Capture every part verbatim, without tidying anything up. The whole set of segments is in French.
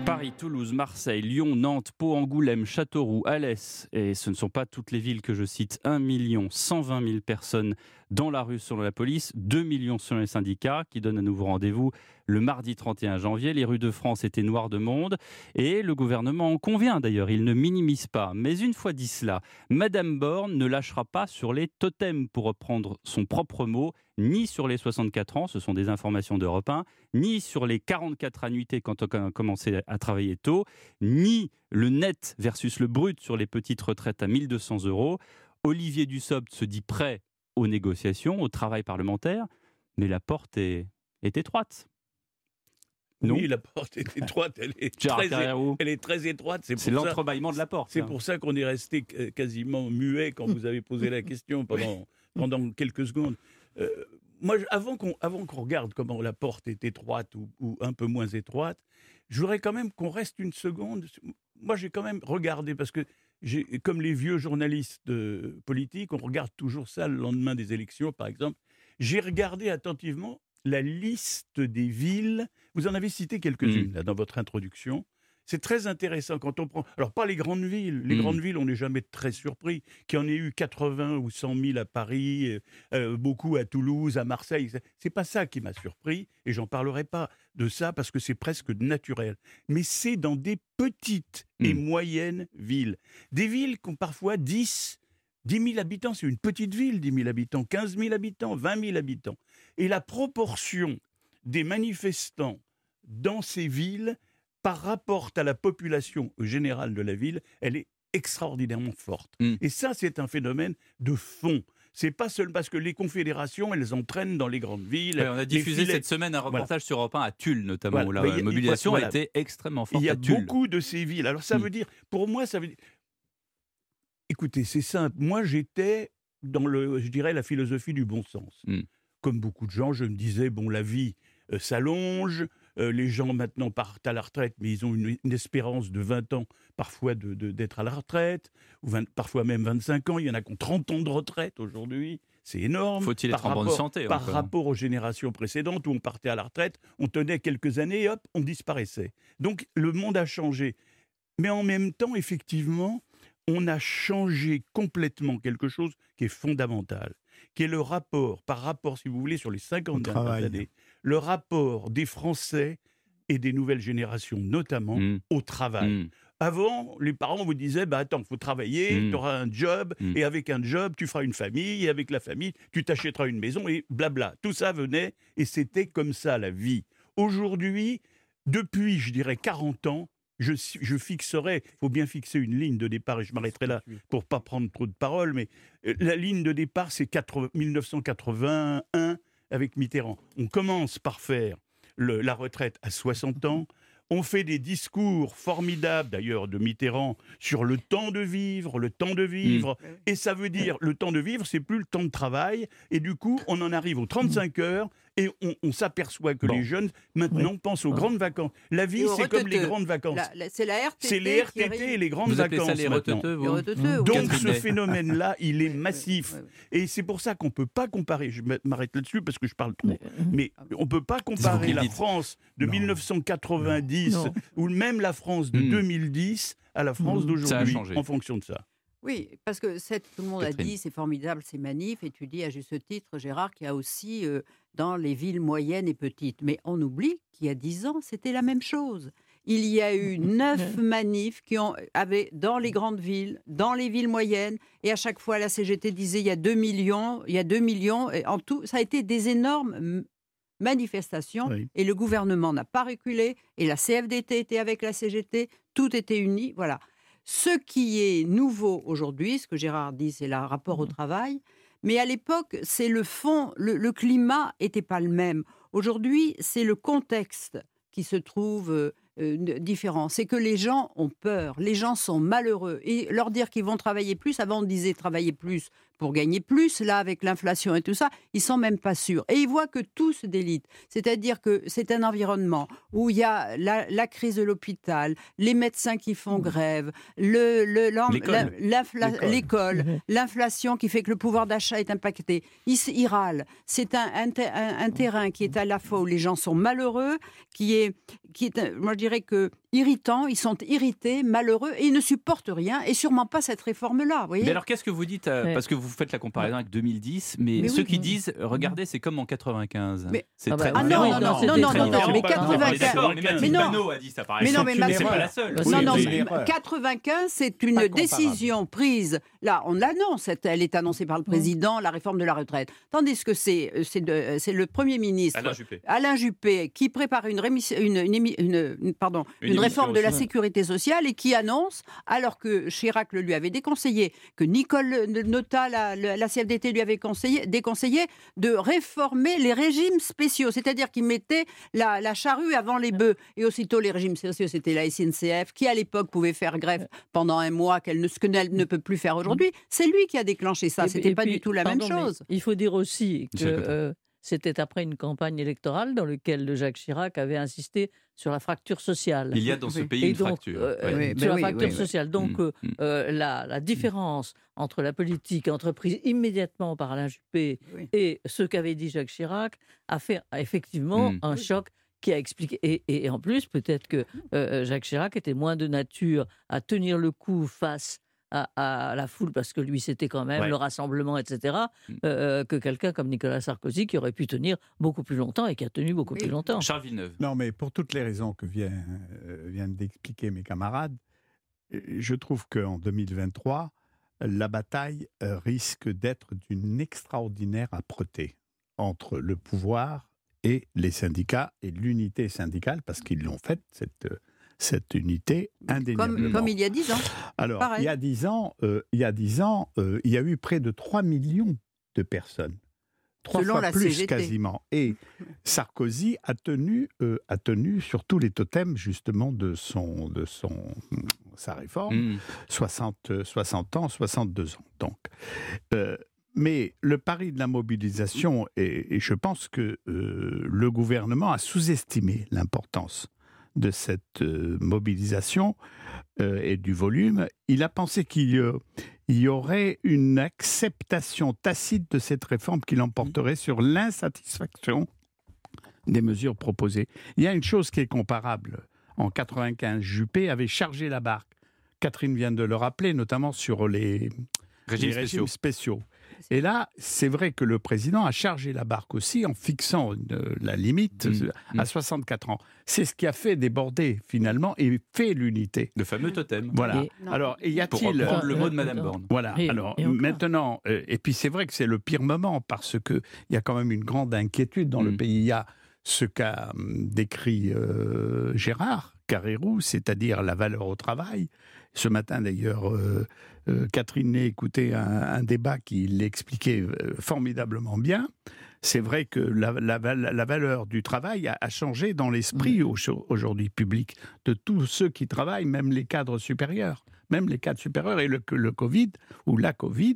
Paris, Toulouse, Marseille, Lyon, Nantes, Pau, Angoulême, Châteauroux, Alès, et ce ne sont pas toutes les villes que je cite, un million cent vingt mille personnes dans la rue selon la police, deux millions selon les syndicats, qui donnent un nouveau rendez-vous le mardi trente et un janvier. Les rues de France étaient noires de monde, et le gouvernement en convient d'ailleurs, il ne minimise pas. Mais une fois dit cela, Madame Borne ne lâchera pas sur les totems, pour reprendre son propre mot, ni sur les soixante-quatre ans, ce sont des informations d'Europe un, ni sur les quarante-quatre annuités quand on a commencé à travailler tôt, ni le net versus le brut sur les petites retraites à mille deux cents euros. Olivier Dussopt se dit prêt aux négociations, au travail parlementaire, mais la porte est, est étroite. Non. Oui, la porte est étroite, elle est, très, elle est très étroite. C'est, c'est l'entrebâillement de la porte. C'est hein. pour ça qu'on est resté quasiment muet quand vous avez posé la question pendant, pendant quelques secondes. Euh, moi, avant qu'on, avant qu'on regarde comment la porte est étroite ou, ou un peu moins étroite, je voudrais quand même qu'on reste une seconde. Moi, j'ai quand même regardé, parce que j'ai, comme les vieux journalistes euh, politiques, on regarde toujours ça le lendemain des élections, par exemple. J'ai regardé attentivement la liste des villes. Vous en avez cité quelques-unes mmh. là, dans votre introduction. C'est très intéressant quand on prend... Alors, pas les grandes villes. Les mmh. grandes villes, on n'est jamais très surpris. Qu'il y en ait eu quatre-vingts ou cent mille à Paris, euh, beaucoup à Toulouse, à Marseille. C'est pas ça qui m'a surpris. Et j'en parlerai pas de ça parce que c'est presque naturel. Mais c'est dans des petites mmh. et moyennes villes. Des villes qui ont parfois dix, dix mille habitants. C'est une petite ville, dix mille habitants. quinze mille habitants, vingt mille habitants. Et la proportion des manifestants dans ces villes par rapport à la population générale de la ville, elle est extraordinairement forte. Mmh. Et ça, c'est un phénomène de fond. C'est pas seulement parce que les confédérations, elles entraînent dans les grandes villes. Oui, on a diffusé filets... cette semaine un reportage voilà. sur Europe un à Tulle, notamment, voilà. où la oui, mobilisation voilà. a été extrêmement forte. Il y a à Tulle. beaucoup de ces villes. Alors ça mmh. veut dire, pour moi, ça veut dire... Écoutez, c'est simple. Moi, j'étais dans, le, je dirais, la philosophie du bon sens. Mmh. Comme beaucoup de gens, je me disais, bon, la vie euh, s'allonge, euh, les gens maintenant partent à la retraite, mais ils ont une, une espérance de vingt ans, parfois de, de, d'être à la retraite, ou vingt, parfois même vingt-cinq ans. Il y en a qui ont trente ans de retraite aujourd'hui. C'est énorme. Faut-il par être en rapport, bonne santé Par encore. rapport aux générations précédentes où on partait à la retraite, on tenait quelques années et hop, on disparaissait. Donc le monde a changé. Mais en même temps, effectivement, on a changé complètement quelque chose qui est fondamental, qui est le rapport, par rapport, si vous voulez, sur les cinquante dernières années, le rapport des Français et des nouvelles générations, notamment, mmh. au travail. Mmh. Avant, les parents vous disaient, bah, attends, il faut travailler, mmh. tu auras un job, mmh. et avec un job, tu feras une famille, et avec la famille, tu t'achèteras une maison, et blabla. Tout ça venait, et c'était comme ça, la vie. Aujourd'hui, depuis, je dirais, quarante ans, Je, je fixerai, il faut bien fixer une ligne de départ, et je m'arrêterai là pour ne pas prendre trop de paroles, mais la ligne de départ, c'est dix-neuf cent quatre-vingt-un avec Mitterrand. On commence par faire le, la retraite à soixante ans, on fait des discours formidables, d'ailleurs, de Mitterrand, sur le temps de vivre, le temps de vivre, mmh. et ça veut dire, le temps de vivre, c'est plus le temps de travail, et du coup, on en arrive aux trente-cinq heures, et on, on s'aperçoit que bon. les jeunes, maintenant, oui. pensent aux grandes vacances. La vie, c'est comme les grandes vacances. La, la, c'est la R T T. C'est les R T T et les grandes vous vacances ça les maintenant. Reteteux, vous reteteux, Donc, oui. ce phénomène-là, il est massif. Oui, oui, oui. Et c'est pour ça qu'on ne peut pas comparer, je m'arrête là-dessus parce que je parle trop, mais on ne peut pas comparer la France de non. dix-neuf cent quatre-vingt-dix, non. ou même la France de mmh. deux mille dix à la France mmh. d'aujourd'hui, en fonction de ça. Oui, parce que cette, tout le monde Catherine. a dit c'est formidable ces manifs, et tu dis à juste titre, Gérard, qu'il y a aussi euh, dans les villes moyennes et petites. Mais on oublie qu'il y a dix ans, c'était la même chose. Il y a eu neuf manifs qui ont, avaient, dans les grandes villes, dans les villes moyennes, et à chaque fois la C G T disait il y a deux millions, il y a deux millions, et en tout, ça a été des énormes manifestations, oui. et le gouvernement n'a pas reculé, et la C F D T était avec la C G T, tout était uni, voilà. Ce qui est nouveau aujourd'hui, ce que Gérard dit, c'est le rapport au travail. Mais à l'époque, c'est le fond, le, le climat n'était pas le même. Aujourd'hui, c'est le contexte qui se trouve euh, euh, différent. C'est que les gens ont peur, les gens sont malheureux. Et leur dire qu'ils vont travailler plus, avant on disait travailler plus pour gagner plus, là avec l'inflation et tout ça, ils ne sont même pas sûrs. Et ils voient que tout se délite. C'est-à-dire que c'est un environnement où il y a la, la crise de l'hôpital, les médecins qui font grève, le, le, l'école. La, l'école. l'école, l'inflation qui fait que le pouvoir d'achat est impacté. Ils, ils râlent. C'est un, un, un, un terrain qui est à la fois où les gens sont malheureux, qui est, qui est, moi je dirais que irritant, ils sont irrités, malheureux, et ils ne supportent rien, et sûrement pas cette réforme-là. Vous voyez. Mais alors qu'est-ce que vous dites, euh, Ouais. parce que vous faites la comparaison avec deux mille dix, mais, Mais ceux oui. qui disent, regardez, c'est comme en quatre-vingt-quinze. Mais- c'est Ah bah, très ah différent. non, non, non, C'est non, très non, non, différent. mais On est quatre-vingt-quinze d'accord, mais mais Mathilde non. Panot a dit ça, par Mais non, exemple. mais c'est Mathilde- pas la seule. Oui, Non, non, c'est mais l'erreur. quatre-vingt-quinze, c'est une Pas comparable. décision prise. Là, on l'annonce, cette- elle est annoncée par le président, la réforme de la retraite. Tandis que c'est, c'est, de- c'est le Premier ministre, Alain Juppé. Alain Juppé, qui prépare une, rémission- une, une, émi- une- une- pardon, Une une, réforme de la émission, sécurité sociale et qui annonce, alors que Chirac le lui avait déconseillé, que Nicole Notat, la, la, la C F D T, lui avait conseillé, déconseillé de réformer les régimes spéciaux. C'est-à-dire qu'il mettait la, la charrue avant les bœufs. Et aussitôt, les régimes spéciaux, c'était la S N C F, qui à l'époque pouvait faire grève pendant un mois, qu'elle ne, ce qu'elle ne peut plus faire aujourd'hui. C'est lui qui a déclenché ça. Et- C'était et pas puis, du tout la pardon, même mais chose. Il faut dire aussi que Michel Cotin. euh, c'était après une campagne électorale dans laquelle le Jacques Chirac avait insisté sur la fracture sociale. Il y a dans ce Oui. pays Et une donc, fracture. euh, Ouais. Oui, sur ben la oui, fracture oui, oui. sociale. Donc, Mm, euh, mm. euh, la, la différence entre la politique entreprise immédiatement par Alain Juppé Oui. et ce qu'avait dit Jacques Chirac a fait a effectivement Mm. un choc qui a expliqué. Et, et- et en plus, peut-être que euh, Jacques Chirac était moins de nature à tenir le coup face à, à la foule, parce que lui, c'était quand même Ouais. le rassemblement, et cetera, Mm. euh, que quelqu'un comme Nicolas Sarkozy qui aurait pu tenir beaucoup plus longtemps et qui a tenu beaucoup Oui. plus longtemps. Charles Villeneuve. Non, mais pour toutes les raisons que vient, euh, viennent d'expliquer mes camarades, euh, je trouve qu'en deux mille vingt-trois, la bataille euh, risque d'être d'une extraordinaire âpreté entre le pouvoir et les syndicats et l'unité syndicale, parce qu'ils l'ont faite, cette, euh, cette unité indéniablement. Comme, comme il y a dix ans. Alors, pareil. il y a dix ans, euh, il y a dix ans, euh, il y a eu près de trois millions de personnes. Trois Selon fois la plus C G T. quasiment. Et Sarkozy a tenu, euh, a tenu sur tous les totems justement de son, de son, sa réforme, Mm. soixante, soixante ans, soixante-deux ans. Donc, euh, mais le pari de la mobilisation, et, et je pense que euh, le gouvernement a sous-estimé l'importance de cette euh, mobilisation euh, et du volume. Il a pensé qu'il y, a- il y aurait une acceptation tacite de cette réforme qui l'emporterait sur l'insatisfaction des mesures proposées. Il y a une chose qui est comparable. En quatre-vingt-quinze, Juppé avait chargé la barque. Catherine vient de le rappeler, notamment sur les, Régime les spéciaux. régimes spéciaux. Et là, c'est vrai que le président a chargé la barque aussi en fixant une- la limite Mmh, à mmh. soixante-quatre ans. C'est ce qui a fait déborder finalement et fait l'unité. Le fameux totem. Voilà. Et- Non. Alors, y Pour a-t-il... reprendre le Euh, mot de Madame euh, Borne. Voilà. Et- Alors et encore. maintenant, euh, et puis c'est vrai que c'est le pire moment parce que il y a quand même une grande inquiétude dans le Mm. pays. Il y a ce qu'a hum, décrit euh, Gérard Carrérou, c'est-à-dire la valeur au travail. Ce matin d'ailleurs, euh, euh, Catherine Ney écoutait un, un débat qui l'expliquait euh, formidablement bien. C'est vrai que la, la val- la valeur du travail a, a changé dans l'esprit au- aujourd'hui public de tous ceux qui travaillent, même les cadres supérieurs. Même les cadres supérieurs. Et le, le Covid, ou la Covid,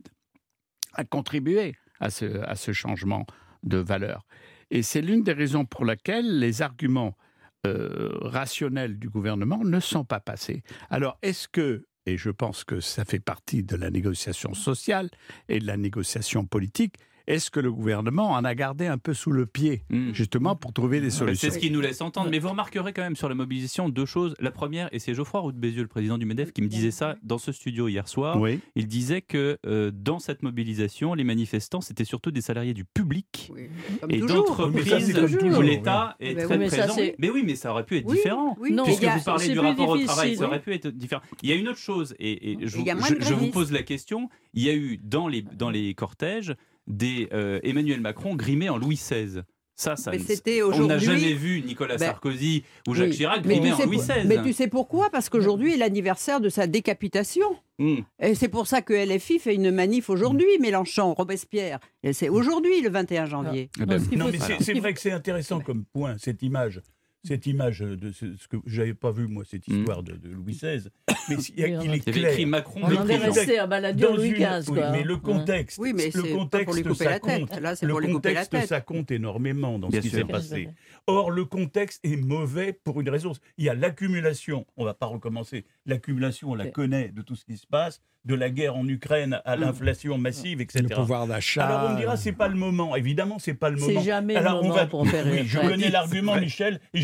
a contribué à ce, à ce changement de valeur. Et c'est l'une des raisons pour lesquelles les arguments euh, rationnels du gouvernement ne sont pas passés. Alors, est-ce que, et je pense que ça fait partie de la négociation sociale et de la négociation politique, est-ce que le gouvernement en a gardé un peu sous le pied, Mm. justement, pour trouver des Bah, solutions? c'est ce qui nous laisse entendre. Mais vous remarquerez quand même sur la mobilisation deux choses. La première, et c'est Geoffroy Roux de Bézieux, le président du MEDEF, qui me disait ça dans ce studio hier soir. Oui. Il disait que euh, dans cette mobilisation, les manifestants, c'était surtout des salariés du public Oui, comme et toujours. Mais ça, c'est d'entreprises comme où toujours, l'État est Mais très oui, mais ça, présent. c'est- Mais oui, mais ça aurait pu être Oui, différent. oui. Non, Et Puisque il y a- vous parlez c'est du plus rapport au travail, difficile, ça aurait oui. pu être différent. Il y a une autre chose, et, et je, il y a vous- moins je- de je vous grévistes. pose la question. Il y a eu dans les, dans les cortèges des euh, Emmanuel Macron grimé en Louis seize. Ça, ça Mais ne- c'était on n'a aujourd'hui. jamais vu Nicolas Ben, Sarkozy ou Jacques Oui. Chirac Mais grimé tu, en sais, Louis pour- seize. mais tu sais pourquoi? Parce qu'aujourd'hui est l'anniversaire de sa décapitation. Hmm. Et c'est pour ça que L F I fait une manif aujourd'hui, Mélenchon, Robespierre. Et c'est aujourd'hui, le vingt et un janvier. Eh ben, ce qu'il Non, faut- mais voilà. c'est- c'est vrai que c'est intéressant comme point, cette image. Cette image de ce, ce que j'avais pas vu, moi, cette Mm. histoire de, de Louis seize. Mais il, y a- il est Il y avait clair. écrit Macron. On le en est président. resté à baladur Dans Louis une- quinze, oui, quoi. mais le contexte, Oui, mais le c'est pas contexte, pour lui couper ça la tête. compte. Là, c'est le pour lui couper la contexte, tête. ça compte énormément dans Bien ce qui sûr. s'est passé. Or, le contexte est mauvais pour une raison. Il y a l'accumulation, on ne va pas recommencer, l'accumulation, on la Ok. connaît de tout ce qui se passe, de la guerre en Ukraine à l'inflation massive, et Le cetera. pouvoir d'achat. Alors on me dira, c'est pas le moment. Évidemment, c'est pas le C'est moment. jamais Alors, le on moment va... pour faire Oui, une je retraite. connais l'argument, Michel, et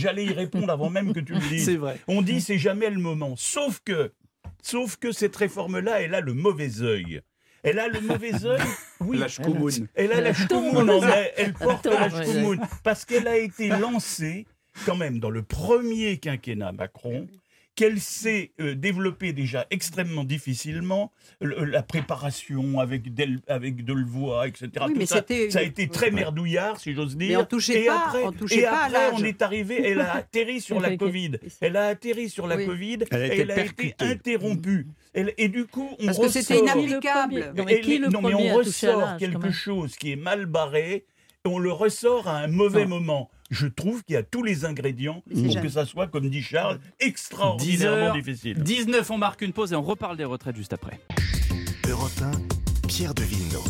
j'allais y répondre avant même que tu le dises. C'est vrai. On dit c'est jamais le moment. Sauf que, sauf que cette réforme-là, elle a le mauvais œil. Elle a le mauvais œil, oui. La Shkoumoun. Elle a la Shkoumoun, en elle, elle porte Attends, la ouais. Shkoumoun. Parce qu'elle a été lancée, quand même, dans le premier quinquennat Macron, qu'elle s'est euh, développée déjà extrêmement difficilement, le, la préparation avec, Del, avec Delevoye, et cetera. Oui, Tout mais ça, c'était- ça a été très merdouillard, si j'ose dire. Mais on touchait et pas- après, on touchait et pas à après l'âge. on est arrivé, elle a atterri sur la Covid. Elle a atterri sur la Oui. Covid Elle a et été elle a été percutée. interrompue. Elle- et du coup, on Parce que c'était ressort- inapplicable. Non, mais et qui les- le non, mais premier on a touché à ressort l'âge, quand quelque même chose qui est mal barré, et on le ressort à un mauvais Non. moment. Je trouve qu'il y a tous les ingrédients c'est pour jamais. que ça soit, comme dit Charles, dix extraordinairement heures difficile. dix-neuf, on marque une pause et on reparle des retraites juste après. Europe un, Pierre de Villeneuve.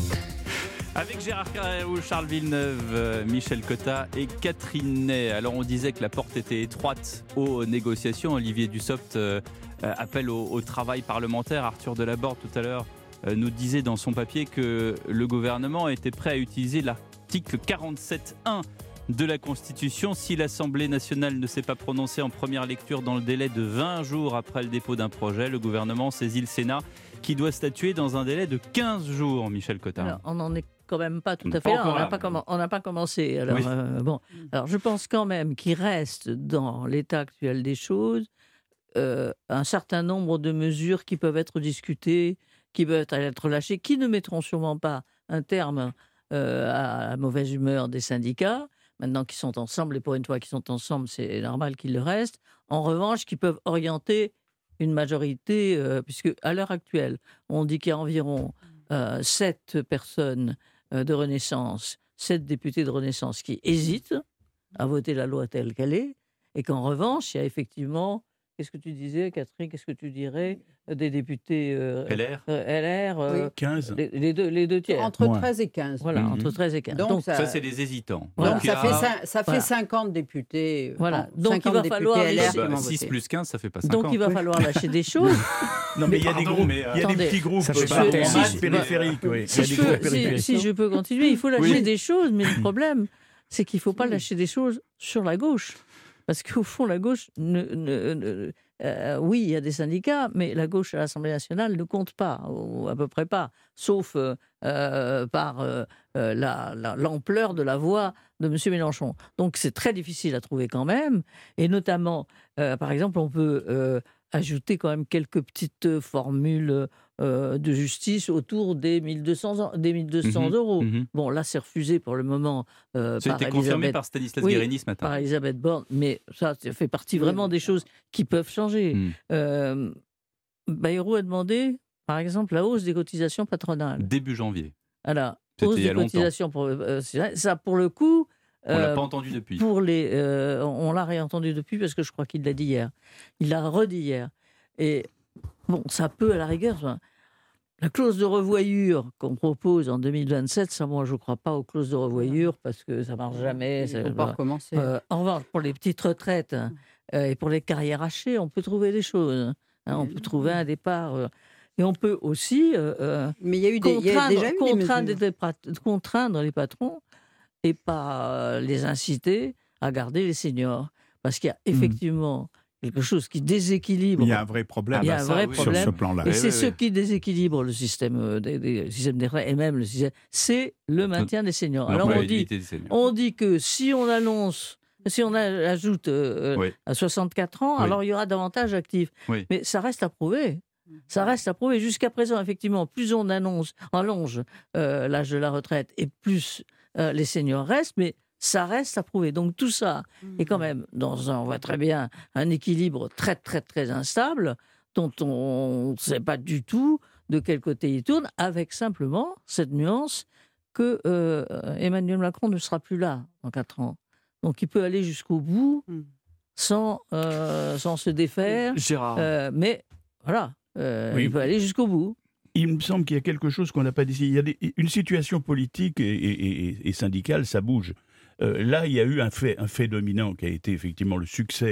Avec Gérard Carrérou, Charles Villeneuve, euh, Michel Cotta et Catherine Ney. Alors on disait que la porte était étroite aux négociations. Olivier Dussopt euh, euh, appelle au, au travail parlementaire. Arthur Delaborde tout à l'heure euh, nous disait dans son papier que le gouvernement était prêt à utiliser l'article quarante-sept un de la Constitution si l'Assemblée nationale ne s'est pas prononcée en première lecture dans le délai de vingt jours après le dépôt d'un projet. Le gouvernement saisit le Sénat qui doit statuer dans un délai de quinze jours, Michel Cotta. Alors, on n'en est quand même pas tout à Pas fait là. encore On n'a là. pas, commen- on n'a pas commencé. Alors, Oui. euh, bon. Alors, je pense quand même qu'il reste dans l'état actuel des choses euh, un certain nombre de mesures qui peuvent être discutées, qui peuvent être lâchées, qui ne mettront sûrement pas un terme euh, à la mauvaise humeur des syndicats. Maintenant qu'ils sont ensemble, et pour une fois qu'ils sont ensemble, c'est normal qu'ils le restent. En revanche, qui peuvent orienter une majorité, euh, puisque à l'heure actuelle, on dit qu'il y a environ euh, sept personnes euh, de Renaissance, sept députés de Renaissance qui hésitent à voter la loi telle qu'elle est, et qu'en revanche, il y a effectivement, qu'est-ce que tu disais, Catherine, qu'est-ce que tu dirais, des députés euh, L R euh, L R, euh, quinze. les, les deux, les deux tiers. Entre Ouais. treize et quinze. Voilà, Mhm. entre treize et quinze. Donc, Donc, ça, Ça, c'est les hésitants. Voilà. donc il y ça, a- fait, cin- ça fait Voilà. cinquante députés. Voilà. enfin, Donc, il cinquante va députés falloir L R laisser- qui Bah, vont six voter. plus quinze, ça fait pas cinquante. donc il va falloir lâcher des choses. Non, mais il y a des Pardon, groupes, mais, euh, il y a des attendez. petits groupes Ça fait euh, pas en tellement. masse Si- périphériques. Oui. Il y Si a je, des peux, groupes si- périphériques. si je peux continuer, il faut lâcher Oui. des choses, mais le problème, c'est qu'il ne faut pas lâcher des choses sur la gauche. Parce qu'au fond, la gauche, ne, ne- ne- euh, oui, il y a des syndicats, mais la gauche à l'Assemblée nationale ne compte pas, ou à peu près pas, sauf euh, euh, par euh, euh, la- la- l'ampleur de la voix de M. Mélenchon. Donc c'est très difficile à trouver quand même, et notamment, euh, par exemple, on peut euh, ajouter quand même quelques petites formules euh, de justice autour des mille deux cents, en- des mille deux cents Mhm, euros. mhm. Bon, là, c'est refusé pour le moment euh, Ça a par été confirmé Elisabeth- par Stanislas Oui, Guérini ce matin. par Elisabeth Borne, mais ça, ça fait partie vraiment des choses qui peuvent changer. Mm. Euh, Bayrou a demandé, par exemple, la hausse des cotisations patronales. Début janvier. Alors, C'était hausse il y a des longtemps. cotisations, pour, euh, c'est vrai, ça, pour le coup, On l'a euh, pas entendu depuis. pour les, euh, on l'a réentendu depuis parce que je crois qu'il l'a dit hier. Il l'a redit hier. Et bon, ça peut à la rigueur. enfin, La clause de revoyure qu'on propose en deux mille vingt-sept, ça, moi, je ne crois pas aux clauses de revoyure parce que ça ne marche jamais. Il ça- ne faut pas recommencer. euh, en revanche, pour les petites retraites hein, euh, et pour les carrières hachées, on peut trouver des choses. hein. on peut trouver un départ. euh, et on peut aussi euh, euh, Mais il y a eu des, il y a contraindre, déjà eu des contraindre mesures. des pat- contraindre les patrons et pas euh, les inciter à garder les seniors. Parce qu'il y a effectivement quelque chose qui déséquilibre. Il y a un vrai problème Il y a bah un ça, vrai oui. sur problème. ce plan-là. Et Oui, c'est oui, ce oui. qui déséquilibre le système euh, des, des- le système des retraites et même le système. C'est le maintien des seniors. Alors on dit, L'employabilité des seniors. on dit que si on annonce, si on a- ajoute euh, Oui. à soixante-quatre ans, Oui. alors il y aura davantage d'actifs. Oui. Mais ça reste à prouver. Ça reste à prouver. Jusqu'à présent, effectivement, plus on annonce, allonge euh, l'âge de la retraite et plus euh, les seniors restent, mais ça reste à prouver. Donc tout ça est quand même dans un, on voit très bien, un équilibre très très très instable dont on ne sait pas du tout de quel côté il tourne, avec simplement cette nuance que euh, Emmanuel Macron ne sera plus là dans quatre ans. Donc il peut aller jusqu'au bout Mm. sans, euh, sans se défaire, Gérard. euh, mais voilà, euh, Oui. il peut aller jusqu'au bout. Il me semble qu'il y a quelque chose qu'on n'a pas dit. Il y a des- une situation politique et, et- et- et syndicale, ça bouge. Euh, là, il y a eu un fait, un fait dominant qui a été effectivement le succès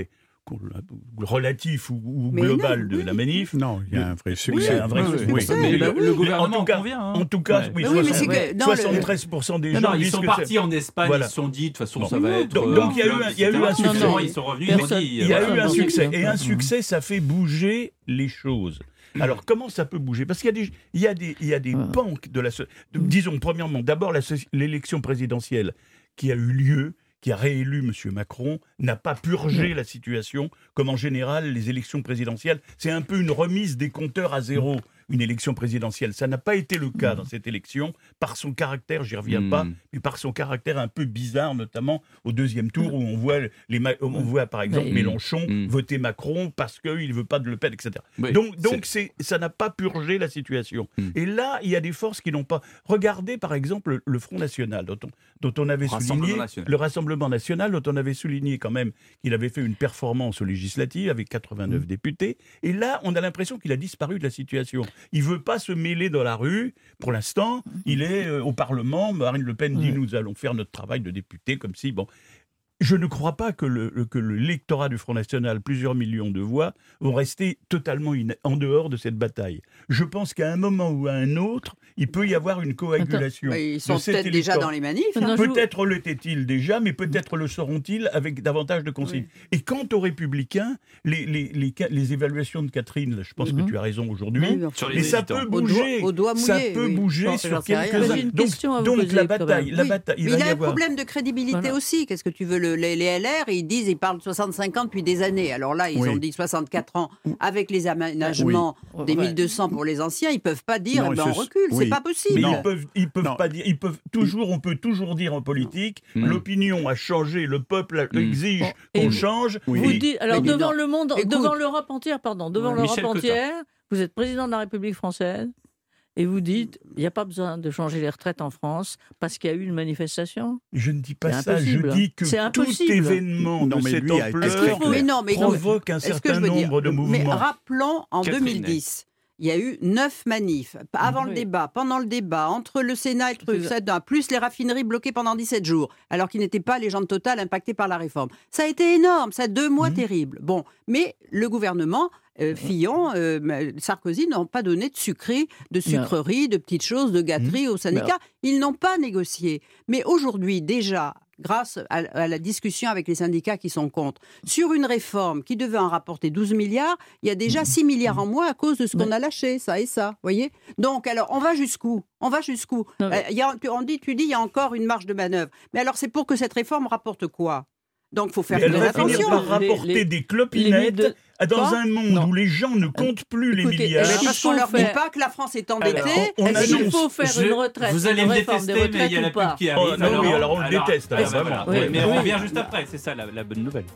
relatif ou, ou Mais global non, de oui. la manif. Non, il y a un vrai Oui, succès. il y a un vrai Oui, succès. oui. Oui. Mais le, le En gouvernement tout cas, convient. Hein. En tout cas, Ouais. oui, Oui, mais c'est soixante- que dans le- soixante-treize pour cent des Non, gens non, ils disent sont que partis c'est- en Espagne, Voilà. ils se sont dit, de toute façon, Bon. ça va être. Donc- euh, donc, il y a eu flop, un- il y a eu et cetera. un succès. Non, non, ils sont revenus, ils ont Personne- dit. Il y a voilà. eu un non, succès. non, Et non. un succès, ça fait bouger les choses. Alors, comment ça peut bouger? Parce qu'il y a des, il y a des, il y a des Ouais. pans de la... so- de- disons, premièrement, d'abord, la so- l'élection présidentielle qui a eu lieu, qui a réélu M. Macron, n'a pas purgé la situation, comme en général, les élections présidentielles. C'est un peu une remise des compteurs à zéro, une élection présidentielle. Ça n'a pas été le cas dans cette élection, par son caractère, j'y reviens Mm. pas, mais par son caractère un peu bizarre, notamment au deuxième tour, où on voit, les, ma- on voit par exemple Oui. Mélenchon Mm. voter Macron parce qu'il ne veut pas de Le Pen, et cetera. Oui, Donc, donc c'est, ça n'a pas purgé la situation. Mm. Et là, il y a des forces qui n'ont pas... Regardez par exemple le, le Front National, dont on, dont on avait Rassemblement souligné... national. Le Rassemblement National, dont on avait souligné quand même qu'il avait fait une performance aux législatives avec quatre-vingt-neuf Mm. députés. Et là, on a l'impression qu'il a disparu de la situation. Il ne veut pas se mêler dans la rue. Pour l'instant, il est euh, au Parlement. Marine Le Pen dit, Ouais. nous allons faire notre travail de député, comme si... bon. Je ne crois pas que, le, que le lectorat du Front National, plusieurs millions de voix, vont rester totalement ina- en dehors de cette bataille. Je pense qu'à un moment ou à un autre, il peut y avoir une coagulation. Oui, ils de sont cet peut-être déjà électorat. dans les manifs. Non, hein. je vous- Peut-être l'étaient-ils déjà, mais peut-être le seront-ils avec davantage de consignes. Et quant aux Républicains, les, les, les, ca- les évaluations de Catherine, là, je pense Mhm. que tu as raison aujourd'hui, Oui, enfin, Sur les mais ça hésitants. peut Au doigt- bouger. au doigt ça mouillé, peut oui. bouger Bon, sur j'en sais rien. quelques-uns. J'ai une Donc, question à vous donc poser, la quand bataille, même. la Oui, bataille, il mais va il y a un avoir. problème de crédibilité Voilà. aussi. Qu'est-ce que tu veux le- les, les L R, ils disent, ils parlent de soixante-cinq ans depuis des années. Alors là, ils Oui. ont dit soixante-quatre ans avec les aménagements Oui. des Ouais. mille deux cents pour les anciens. Ils peuvent pas dire, Non, eh ben, ils on se- recule. oui. C'est pas Mais possible. Non. ils peuvent, ils peuvent Non. pas dire, ils peuvent toujours, on peut toujours dire en politique, Mm. l'opinion a changé, le peuple a- Mm. exige Bon, et qu'on vous- change. Oui. Vous et- dites, alors Mais devant non. le monde, Écoute. devant l'Europe entière, pardon, devant Ouais. l'Europe Michel Cotta. entière, vous êtes président de la République française et vous dites, il n'y a pas besoin de changer les retraites en France parce qu'il y a eu une manifestation. Je ne dis pas C'est ça, je impossible. dis que C'est tout impossible. événement Non, de mais cette lui a été Est-ce ampleur qu'il faut- mais non, mais provoque un Est-ce que certain je veux dire, nombre de mais mouvements. rappelons, en Catherine. deux mille dix, il y a eu neuf manifs. Avant le Oui. débat, pendant le débat, entre le Sénat et le truc, C'est ça, d'un- plus les raffineries bloquées pendant dix-sept jours, alors qu'ils n'étaient pas les gens de Total impactés par la réforme. Ça a été énorme, ça a deux mois Mhm. terribles. Bon, mais le gouvernement, euh, Fillon, euh, Sarkozy n'ont pas donné de sucreries, de sucreries, de petites choses, de gâteries aux syndicats. Ils n'ont pas négocié. Mais aujourd'hui, déjà, grâce à, à la discussion avec les syndicats qui sont contre, sur une réforme qui devait en rapporter douze milliards, il y a déjà six milliards en moins à cause de ce qu'on a lâché, ça et ça, voyez. Donc, alors, on va jusqu'où On va jusqu'où Non, mais- Euh, il y a- On dit, tu dis, il y a encore une marge de manœuvre. Mais alors, c'est pour que cette réforme rapporte quoi Donc, il faut faire Mais elle très va finir attention. par Les- rapporter les- des les clopinettes mille de- dans Quoi un monde Non. où les gens ne comptent plus les Écoutez, Eh milliards. ben, Est-ce parce qu'il qu'on faut leur dit faire- pas que la France est endettée. Alors, on- on Est-ce qu'il annonce- faut faire Je- une retraite, Vous allez une me réforme des détester, mais il y a la retraites ou pub pas qui Oh, arrive. non, oui, alors on le déteste, alors, voilà. vraiment. Oui, Oui, mais oui. on revient juste après, c'est ça la, la bonne nouvelle.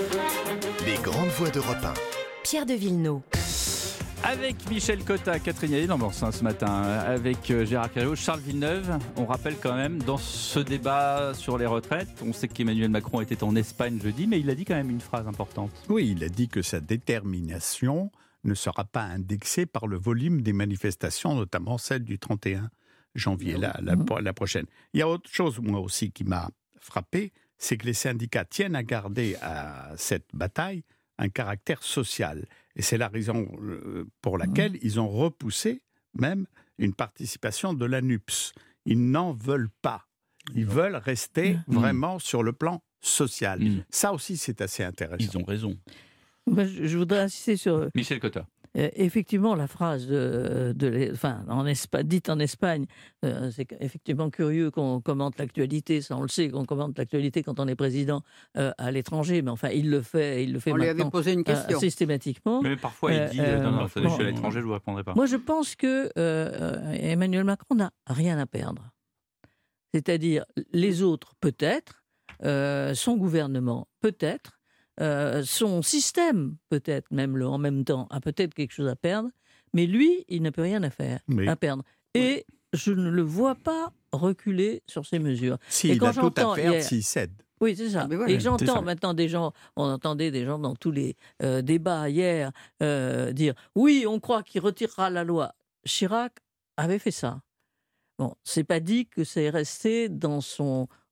Les grandes voix d'Europe un. Pierre de Villeneuve. Avec Michel Cotta, Catherine Yaye-Lambers hein, ce matin, avec euh, Gérard Carreau, Charles Villeneuve. On rappelle quand même, dans ce débat sur les retraites, on sait qu'Emmanuel Macron était en Espagne jeudi, mais il a dit quand même une phrase importante. Oui, il a dit que sa détermination ne sera pas indexée par le volume des manifestations, notamment celle du trente et un janvier, la, la, la prochaine. Il y a autre chose, moi aussi, qui m'a frappé, c'est que les syndicats tiennent à garder à cette bataille un caractère social. Et c'est la raison euh, pour laquelle mmh. ils ont repoussé même une participation de l'A N U P S. Ils n'en veulent pas. Ils mmh. veulent rester mmh. vraiment sur le plan social. Mmh. Ça aussi, c'est assez intéressant. Ils ont raison. Moi, je, je voudrais insister sur... Michel Cotta. Euh, effectivement, la phrase de, de enfin, en Espagne, dite en Espagne, euh, c'est effectivement curieux qu'on commente l'actualité, ça on le sait, qu'on commente l'actualité quand on est président euh, à l'étranger, mais enfin il le fait, il le fait on maintenant lui avait posé une question. Euh, systématiquement. Mais parfois il dit euh, non, non, ça, bon, je suis à l'étranger, je vous répondrai pas. Moi je pense que euh, Emmanuel Macron n'a rien à perdre. C'est-à-dire les autres peut-être, euh, son gouvernement peut-être. Euh, son système, peut-être même le, en même temps, a peut-être quelque chose à perdre, mais lui, il n'a plus rien à faire, mais... à perdre. Et je ne le vois pas reculer sur ces mesures. Si, et il quand a tout à perdre hier... s'il cède. Oui, c'est ça. Voilà, et j'entends maintenant des gens, on entendait des gens dans tous les euh, débats hier euh, dire « Oui, on croit qu'il retirera la loi ». Chirac avait fait ça. Bon, c'est pas dit que c'est resté dans son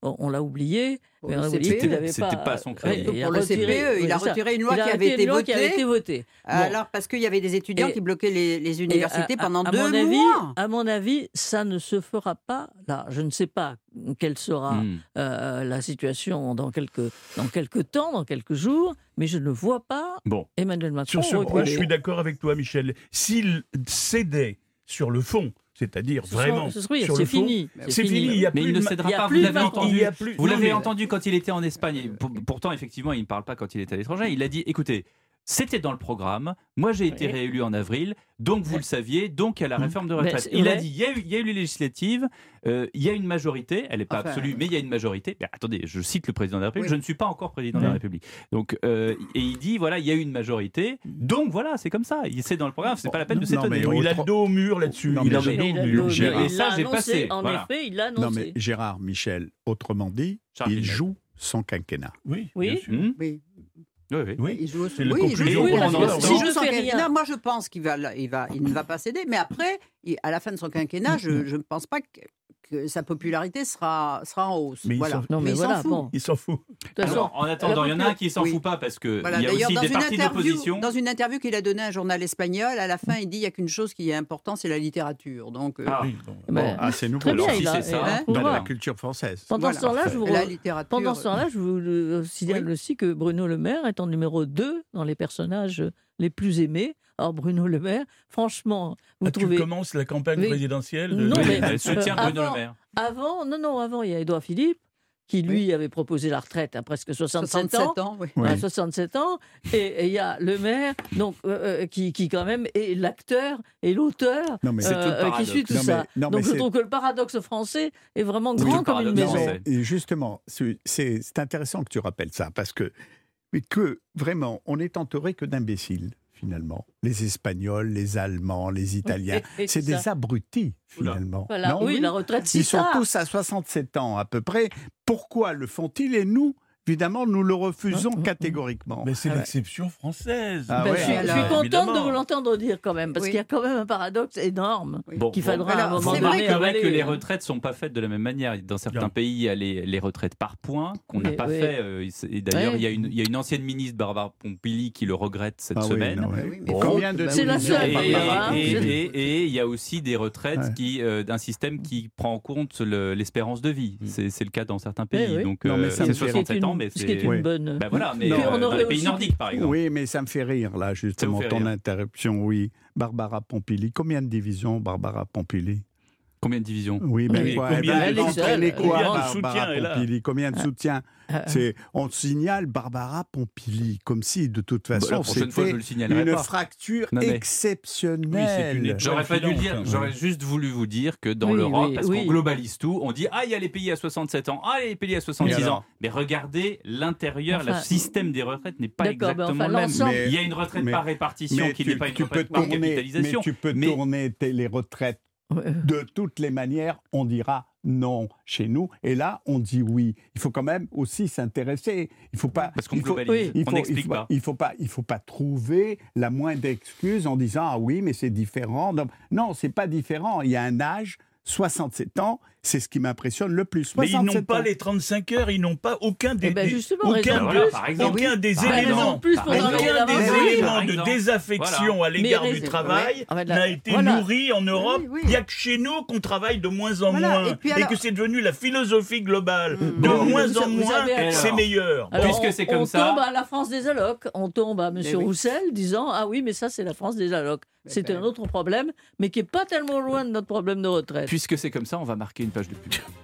on, on l'a oublié. Pour mais le on a C P E. oublié qu'il avait C'était pas, pas son crédit. il a Pour le retiré- C P E, il oui, a c'est ça. retiré une loi Il a qui avait retiré été une loi qui avait votée. été votée. Bon. Alors, parce qu'il y avait des étudiants Et- qui bloquaient les, les Et universités à- à- pendant à deux mon avis, mois. À mon avis, ça ne se fera pas là. Je ne sais pas quelle sera Hmm. euh, la situation dans quelques, dans quelques temps, dans quelques jours, mais je ne vois pas Bon. Emmanuel Macron Sur ce, reculer. moi, je suis d'accord avec toi, Michel. S'il cédait sur le fond, c'est-à-dire Ce sera- vraiment ce sera- oui, sur c'est le fond, fini. c'est fini. Il y a Mais plus il ne de ma- cédera il y a pas, plus vous de l'avez Macron. entendu. Il y a plus- Vous non, l'avez mais- entendu quand il était en Espagne. Pour- Pourtant, effectivement, il ne parle pas quand il est à l'étranger. Il a dit, écoutez, c'était dans le programme, moi j'ai été Oui. réélu en avril, donc vous le saviez, donc il y a la réforme de Mais retraite. c'est Il a vrai. dit, il y a eu, il y a eu les législatives, euh, il y a une majorité, elle n'est pas Enfin, absolue, mais il y a une majorité. Mais attendez, je cite le président de la République, Oui. je ne suis pas encore président de la Oui. République. Donc, euh, et il dit, voilà, il y a eu une majorité, donc voilà, c'est comme ça, il- c'est dans le programme, c'est pas la peine de Non, s'étonner. mais il a autre- le dos au mur là-dessus. Non, il mais a j'ai- le dos Mais au il a mur. annoncé- Gérard. Et ça, il j'ai l'a passé, annoncé, En voilà. effet, il l'a Non, annoncé. mais Gérard, Michel, autrement dit, Charles il Pillet. joue son quinquennat. Oui, Oui. bien sûr. Hmm Oui. Oui, oui. Oui. Il joue C'est la oui, il joue- conclusion Oui, il parce joue- que il si joue je son fais quinquennat. rien- Moi, je pense qu'il va, il va, il ne va pas céder. Mais après, il- à la fin de son quinquennat, je ne pense pas que, que sa popularité sera, sera en hausse. Mais il voilà. s'en- Non, mais il s'en voilà, fout. bon. Il s'en fout. De toute façon, Alors, en attendant, il y en a un qui s'en Oui. fout pas parce que Voilà. il y a D'ailleurs, aussi dans des une, partis interview, d'opposition. dans une interview qu'il a donnée à un journal espagnol, à la fin, il dit il n'y a qu'une chose qui est importante, c'est la littérature. Donc, euh, Ah. Oui, bon. ben, Ah, c'est nouveau. très bien, Alors, si il a- c'est ça, hein, Dans voilà. la culture française. Pendant Voilà. ce temps-là, je vous la re- littérature. Pendant ce temps-là, je vous le signale Oui. aussi que Bruno Le Maire est en numéro deux dans les personnages les plus aimés. Alors Bruno Le Maire, franchement, vous Ah, trouvez... Tu commences la campagne Oui. présidentielle de- Non, Oui, mais- elle soutient euh, Bruno avant- Le Maire. Avant, non, non, avant, il y a Édouard Philippe, qui lui avait proposé la retraite à presque soixante-sept ans. soixante-sept ans, oui. Oui. À soixante-sept ans, et et il y a le maire, donc euh, euh, qui, qui quand même est l'acteur et l'auteur Non, mais C'est tout le euh, qui paradoxe. suit tout Non, mais- ça. non, mais donc je c'est- trouve que le paradoxe français est vraiment Oui, grand le comme une paradoxe maison. français. Et justement, c'est c'est- c'est intéressant que tu rappelles ça, parce que, mais que vraiment, on est entouré que d'imbéciles, finalement. Les Espagnols, les Allemands, les Italiens, Et- et c'est ça. des abrutis, Oula. finalement. Voilà, Non, oui, la retraite, c'est Ils sont ça. tous à soixante-sept ans, à peu près. Pourquoi le font-ils? Et nous, évidemment, nous le refusons Hum, hum, catégoriquement. Mais c'est Ah ouais. l'exception française. Ah Ben, ouais. je, suis, je suis alors, contente évidemment. de vous l'entendre dire quand même, parce Oui. qu'il y a quand même un paradoxe énorme Oui. Bon, qu'il bon. faudra à un Alors, moment c'est Vous vrai donné que- remarquerez avaler. que les retraites sont pas faites de la même manière. Dans certains Bien. pays, il y a les, les retraites par points qu'on n'a Oui, pas oui. fait. euh, il s- Et d'ailleurs, Ouais. il, y a une, il y a une ancienne ministre, Barbara Pompili, qui le regrette cette Ah oui, semaine. non, ouais. Oui, mais Bon. Combien de C'est la divisions seule, Et, par et- Barbara hein. et- Pompili et- et il y a aussi des retraites Ouais. qui, euh, d'un système qui prend en compte le- l'espérance de vie. C'est c'est le cas dans certains pays. Oui, oui. Donc, Non, mais euh, ça c'est me fait- soixante-sept ans, Ce mais qui est c'est. une Oui. bonne... Ben voilà, mais Non. euh, Puis on dans aurait les pays aussi- nordiques, par exemple. Oui, mais ça me fait rire, là, justement, fait ton rire. interruption, oui. Barbara Pompili, combien de divisions, Barbara Pompili? Combien de divisions? Oui, ben Oui, quoi, combien elle va elle est entraîner seule, quoi, combien de Barbara soutien elle a Pompili? Combien de Ah. soutien? Ah, C'est, on signale Barbara Pompili, comme si, de toute Bah, la façon, prochaine fois, je c'était le signalerai une pas. fracture Non, mais- exceptionnelle. Oui, c'est une- J'aurais pas dû le dire, Hein. j'aurais juste voulu vous dire que dans Oui, l'Europe, oui, parce oui. qu'on globalise tout, on dit ah il y a les pays à soixante-sept ans, ah il y a les pays à Et soixante-six alors ans. Mais regardez l'intérieur, le Enfin, système des retraites n'est pas d'accord, mais exactement enfin, le même. l'ensemble- Mais- Il y a une retraite mais- par répartition Mais qui tu, n'est pas une tu peux retraite par tourner, capitalisation. mais tu peux Mais- tourner tes- les retraites. Ouais. De toutes les manières, on dira non chez nous. Et là, on dit oui. Il faut quand même aussi s'intéresser. Il faut pas. Parce qu'on il faut- globalise, il on faut- n'explique il faut, pas. Il faut pas. Il faut pas trouver la moindre excuse en disant ah oui, mais c'est différent. Non, non, c'est pas différent. Il y a un âge. soixante-sept ans, c'est ce qui m'impressionne le plus. Mais ils n'ont soixante-sept pas ans. les trente-cinq heures, ils n'ont pas aucun des, Eh ben, des- justement, aucun, raison de de- Voilà, par exemple. aucun des Par Bah, raison éléments, de plus pour Par exemple. travailler aucun là-bas. des Oui. éléments Par de exemple. désaffection Voilà. à l'égard Mais du raison- travail Ah, ben, n'a là- été voilà. nourri en Europe. Oui, oui. Il n'y a que chez nous qu'on travaille de moins en Voilà, moins et puis alors- que c'est devenu la philosophie globale. Mm. De Bon, moins vous- en vous moins, avez- c'est alors- meilleur. Alors, Puisque on- c'est comme on ça- tombe à la France des allocs, on tombe à M. Mais oui. Roussel disant ah oui mais ça c'est la France des allocs. Mais C'est ben- un autre problème, mais qui est pas tellement loin de notre problème de retraite. Puisque c'est comme ça, on va marquer une page de pub.